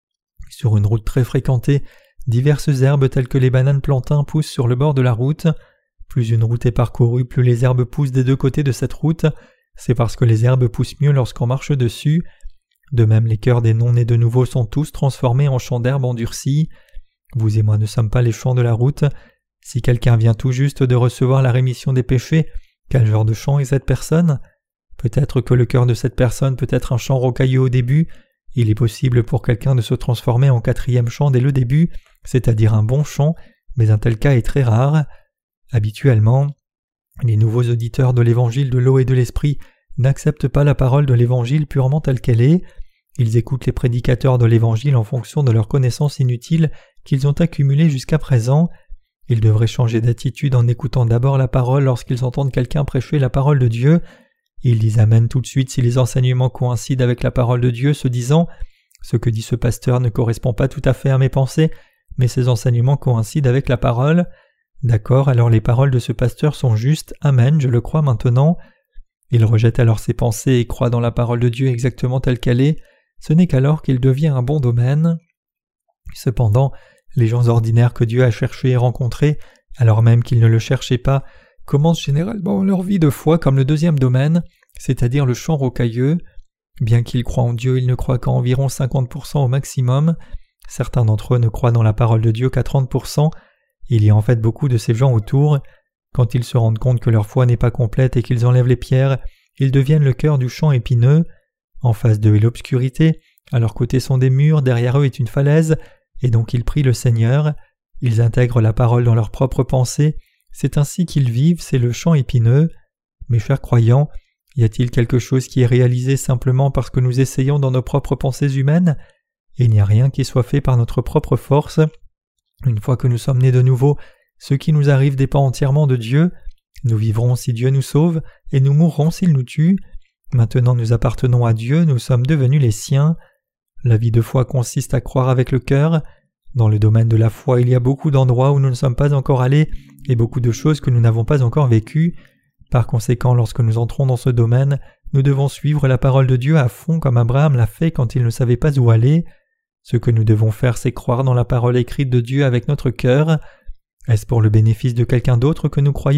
Sur une route très fréquentée, diverses herbes telles que les bananes plantains poussent sur le bord de la route. Plus une route est parcourue, plus les herbes poussent des deux côtés de cette route. C'est parce que les herbes poussent mieux lorsqu'on marche dessus. De même, les cœurs des non-nés de nouveau sont tous transformés en champs d'herbes endurcis. Vous et moi ne sommes pas les champs de la route. Si quelqu'un vient tout juste de recevoir la rémission des péchés, quel genre de champ est cette personne ? Peut-être que le cœur de cette personne peut être un champ rocailleux au début. Il est possible pour quelqu'un de se transformer en 4e champ dès le début, c'est-à-dire un bon champ, mais un tel cas est très rare. Habituellement, les nouveaux auditeurs de l'évangile de l'eau et de l'esprit n'acceptent pas la parole de l'évangile purement telle qu'elle est. Ils écoutent les prédicateurs de l'évangile en fonction de leurs connaissances inutiles qu'ils ont accumulées jusqu'à présent. Ils devraient changer d'attitude en écoutant d'abord la parole lorsqu'ils entendent quelqu'un prêcher la parole de Dieu. Ils disent Amen tout de suite si les enseignements coïncident avec la parole de Dieu, se disant « Ce que dit ce pasteur ne correspond pas tout à fait à mes pensées, mais ces enseignements coïncident avec la parole. » D'accord, alors les paroles de ce pasteur sont justes, Amen, je le crois maintenant. Il rejette alors ses pensées et croit dans la parole de Dieu exactement telle qu'elle est. Ce n'est qu'alors qu'il devient un bon domaine. Cependant, les gens ordinaires que Dieu a cherchés et rencontrés, alors même qu'ils ne le cherchaient pas, commencent généralement leur vie de foi comme le 2e domaine, c'est-à-dire le champ rocailleux. Bien qu'ils croient en Dieu, ils ne croient qu'à environ 50% au maximum. Certains d'entre eux ne croient dans la parole de Dieu qu'à 30%. Il y a en fait beaucoup de ces gens autour. Quand ils se rendent compte que leur foi n'est pas complète et qu'ils enlèvent les pierres, ils deviennent le cœur du champ épineux. En face d'eux est l'obscurité, à leur côté sont des murs, derrière eux est une falaise, et donc ils prient le Seigneur. Ils intègrent la parole dans leurs propres pensées. C'est ainsi qu'ils vivent, c'est le champ épineux. Mes chers croyants, y a-t-il quelque chose qui est réalisé simplement parce que nous essayons dans nos propres pensées humaines ? Il n'y a rien qui soit fait par notre propre force. Une fois que nous sommes nés de nouveau, ce qui nous arrive dépend entièrement de Dieu. Nous vivrons si Dieu nous sauve, et nous mourrons s'il nous tue. Maintenant nous appartenons à Dieu, nous sommes devenus les siens. La vie de foi consiste à croire avec le cœur. Dans le domaine de la foi, il y a beaucoup d'endroits où nous ne sommes pas encore allés, et beaucoup de choses que nous n'avons pas encore vécues. Par conséquent, lorsque nous entrons dans ce domaine, nous devons suivre la parole de Dieu à fond comme Abraham l'a fait quand il ne savait pas où aller. Ce que nous devons faire, c'est croire dans la parole écrite de Dieu avec notre cœur. Est-ce pour le bénéfice de quelqu'un d'autre que nous croyons ?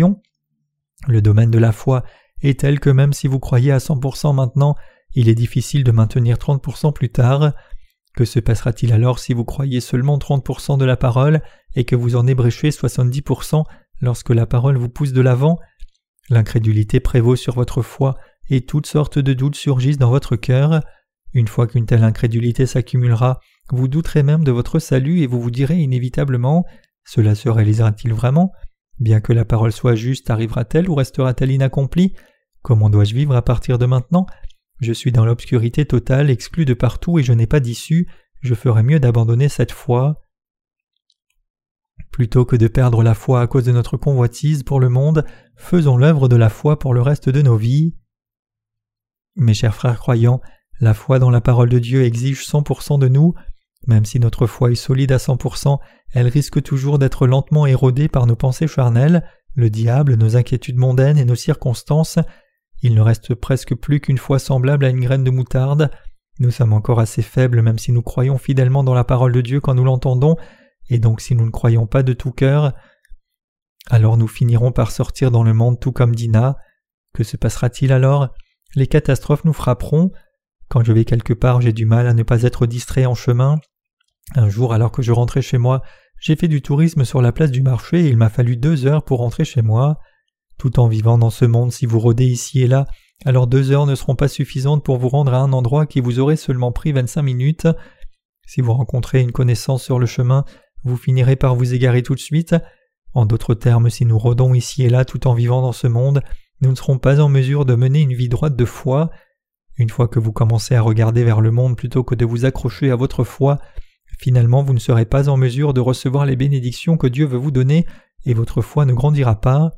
Le domaine de la foi est tel que même si vous croyez à 100% maintenant, il est difficile de maintenir 30% plus tard. Que se passera-t-il alors si vous croyez seulement 30% de la parole et que vous en ébréchez 70% lorsque la parole vous pousse de l'avant ? L'incrédulité prévaut sur votre foi et toutes sortes de doutes surgissent dans votre cœur. Une fois qu'une telle incrédulité s'accumulera, vous douterez même de votre salut et vous vous direz inévitablement « Cela se réalisera-t-il vraiment ? Bien que la parole soit juste, arrivera-t-elle ou restera-t-elle inaccomplie ? Comment dois-je vivre à partir de maintenant ? Je suis dans l'obscurité totale, exclu de partout et je n'ai pas d'issue. Je ferais mieux d'abandonner cette foi. » Plutôt que de perdre la foi à cause de notre convoitise pour le monde, faisons l'œuvre de la foi pour le reste de nos vies. Mes chers frères croyants, la foi dans la parole de Dieu exige 100% de nous. Même si notre foi est solide à 100%, elle risque toujours d'être lentement érodée par nos pensées charnelles, le diable, nos inquiétudes mondaines et nos circonstances. Il ne reste presque plus qu'une foi semblable à une graine de moutarde. Nous sommes encore assez faibles même si nous croyons fidèlement dans la parole de Dieu quand nous l'entendons, et donc si nous ne croyons pas de tout cœur, alors nous finirons par sortir dans le monde tout comme Dinah. Que se passera-t-il alors ? Les catastrophes nous frapperont. Quand je vais quelque part, j'ai du mal à ne pas être distrait en chemin. Un jour, alors que je rentrais chez moi, j'ai fait du tourisme sur la place du marché et il m'a fallu 2 heures pour rentrer chez moi. Tout en vivant dans ce monde, si vous rôdez ici et là, alors 2 heures ne seront pas suffisantes pour vous rendre à un endroit qui vous aurait seulement pris 25 minutes. Si vous rencontrez une connaissance sur le chemin, vous finirez par vous égarer tout de suite. En d'autres termes, si nous rôdons ici et là tout en vivant dans ce monde, nous ne serons pas en mesure de mener une vie droite de foi. Une fois que vous commencez à regarder vers le monde plutôt que de vous accrocher à votre foi, finalement vous ne serez pas en mesure de recevoir les bénédictions que Dieu veut vous donner et votre foi ne grandira pas.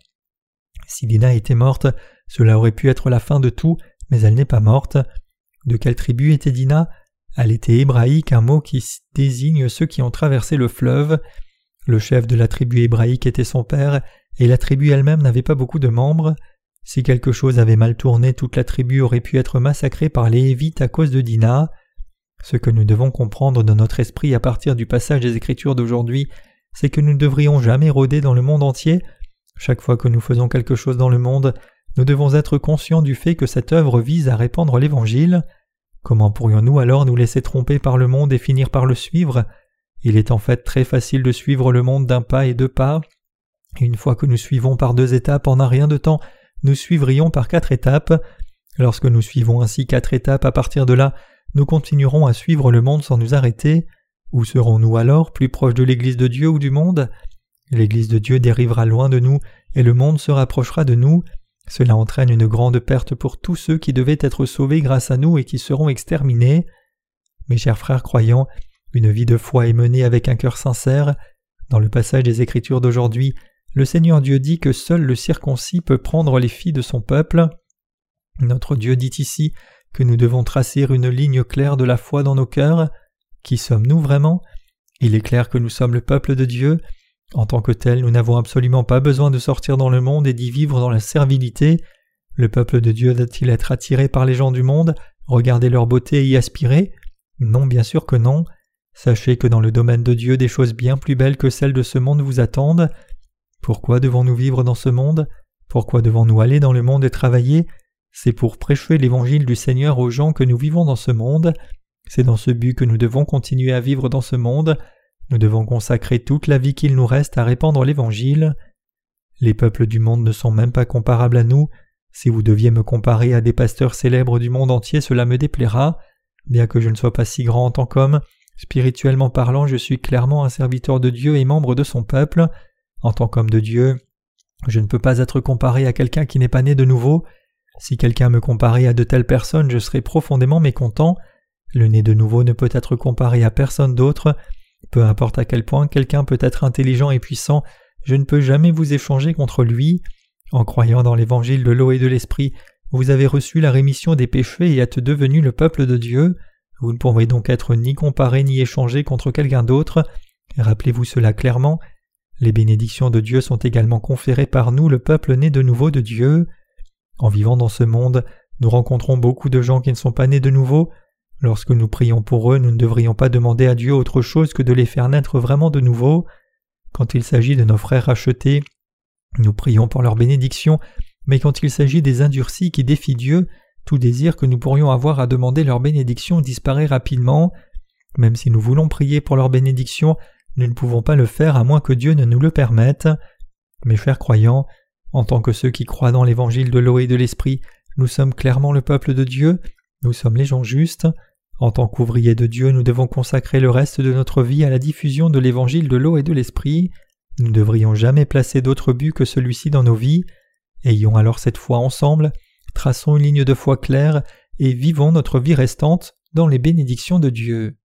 Si Dina était morte, cela aurait pu être la fin de tout, mais elle n'est pas morte. De quelle tribu était Dina ? Elle était hébraïque, un mot qui désigne ceux qui ont traversé le fleuve. Le chef de la tribu hébraïque était son père, et la tribu elle-même n'avait pas beaucoup de membres. Si quelque chose avait mal tourné, toute la tribu aurait pu être massacrée par les Hévites à cause de Dina. Ce que nous devons comprendre dans notre esprit à partir du passage des Écritures d'aujourd'hui, c'est que nous ne devrions jamais rôder dans le monde entier. Chaque fois que nous faisons quelque chose dans le monde, nous devons être conscients du fait que cette œuvre vise à répandre l'Évangile. Comment pourrions-nous alors nous laisser tromper par le monde et finir par le suivre ? Il est en fait très facile de suivre le monde d'un pas et deux pas. Une fois que nous suivons par 2 étapes en un rien de temps, nous suivrions par 4 étapes. Lorsque nous suivons ainsi 4 étapes, à partir de là, nous continuerons à suivre le monde sans nous arrêter. Où serons-nous alors, plus proches de l'Église de Dieu ou du monde ? L'Église de Dieu dérivera loin de nous et le monde se rapprochera de nous. Cela entraîne une grande perte pour tous ceux qui devaient être sauvés grâce à nous et qui seront exterminés. Mes chers frères croyants, une vie de foi est menée avec un cœur sincère. Dans le passage des Écritures d'aujourd'hui, le Seigneur Dieu dit que seul le circoncis peut prendre les filles de son peuple. Notre Dieu dit ici que nous devons tracer une ligne claire de la foi dans nos cœurs. Qui sommes-nous vraiment ? Il est clair que nous sommes le peuple de Dieu. En tant que tel, nous n'avons absolument pas besoin de sortir dans le monde et d'y vivre dans la servilité. Le peuple de Dieu doit-il être attiré par les gens du monde, regarder leur beauté et y aspirer ? Non, bien sûr que non. Sachez que dans le domaine de Dieu, des choses bien plus belles que celles de ce monde vous attendent. Pourquoi devons-nous vivre dans ce monde ? Pourquoi devons-nous aller dans le monde et travailler ? C'est pour prêcher l'évangile du Seigneur aux gens que nous vivons dans ce monde. C'est dans ce but que nous devons continuer à vivre dans ce monde. Nous devons consacrer toute la vie qu'il nous reste à répandre l'évangile. Les peuples du monde ne sont même pas comparables à nous. Si vous deviez me comparer à des pasteurs célèbres du monde entier, cela me déplaira. Bien que je ne sois pas si grand en tant qu'homme, spirituellement parlant, je suis clairement un serviteur de Dieu et membre de son peuple. En tant qu'homme de Dieu, je ne peux pas être comparé à quelqu'un qui n'est pas né de nouveau. Si quelqu'un me comparait à de telles personnes, je serais profondément mécontent. Le né de nouveau ne peut être comparé à personne d'autre. Peu importe à quel point quelqu'un peut être intelligent et puissant, je ne peux jamais vous échanger contre lui. En croyant dans l'évangile de l'eau et de l'esprit, vous avez reçu la rémission des péchés et êtes devenu le peuple de Dieu. Vous ne pourrez donc être ni comparé ni échangé contre quelqu'un d'autre. Rappelez-vous cela clairement. Les bénédictions de Dieu sont également conférées par nous, le peuple né de nouveau de Dieu. En vivant dans ce monde, nous rencontrons beaucoup de gens qui ne sont pas nés de nouveau. Lorsque nous prions pour eux, nous ne devrions pas demander à Dieu autre chose que de les faire naître vraiment de nouveau. Quand il s'agit de nos frères rachetés, nous prions pour leur bénédiction, mais quand il s'agit des endurcis qui défient Dieu, tout désir que nous pourrions avoir à demander leur bénédiction disparaît rapidement. Même si nous voulons prier pour leur bénédiction, nous ne pouvons pas le faire à moins que Dieu ne nous le permette. Mes chers croyants, en tant que ceux qui croient dans l'évangile de l'eau et de l'esprit, nous sommes clairement le peuple de Dieu, nous sommes les gens justes. En tant qu'ouvriers de Dieu, nous devons consacrer le reste de notre vie à la diffusion de l'évangile de l'eau et de l'esprit. Nous ne devrions jamais placer d'autre but que celui-ci dans nos vies. Ayons alors cette foi ensemble, traçons une ligne de foi claire et vivons notre vie restante dans les bénédictions de Dieu.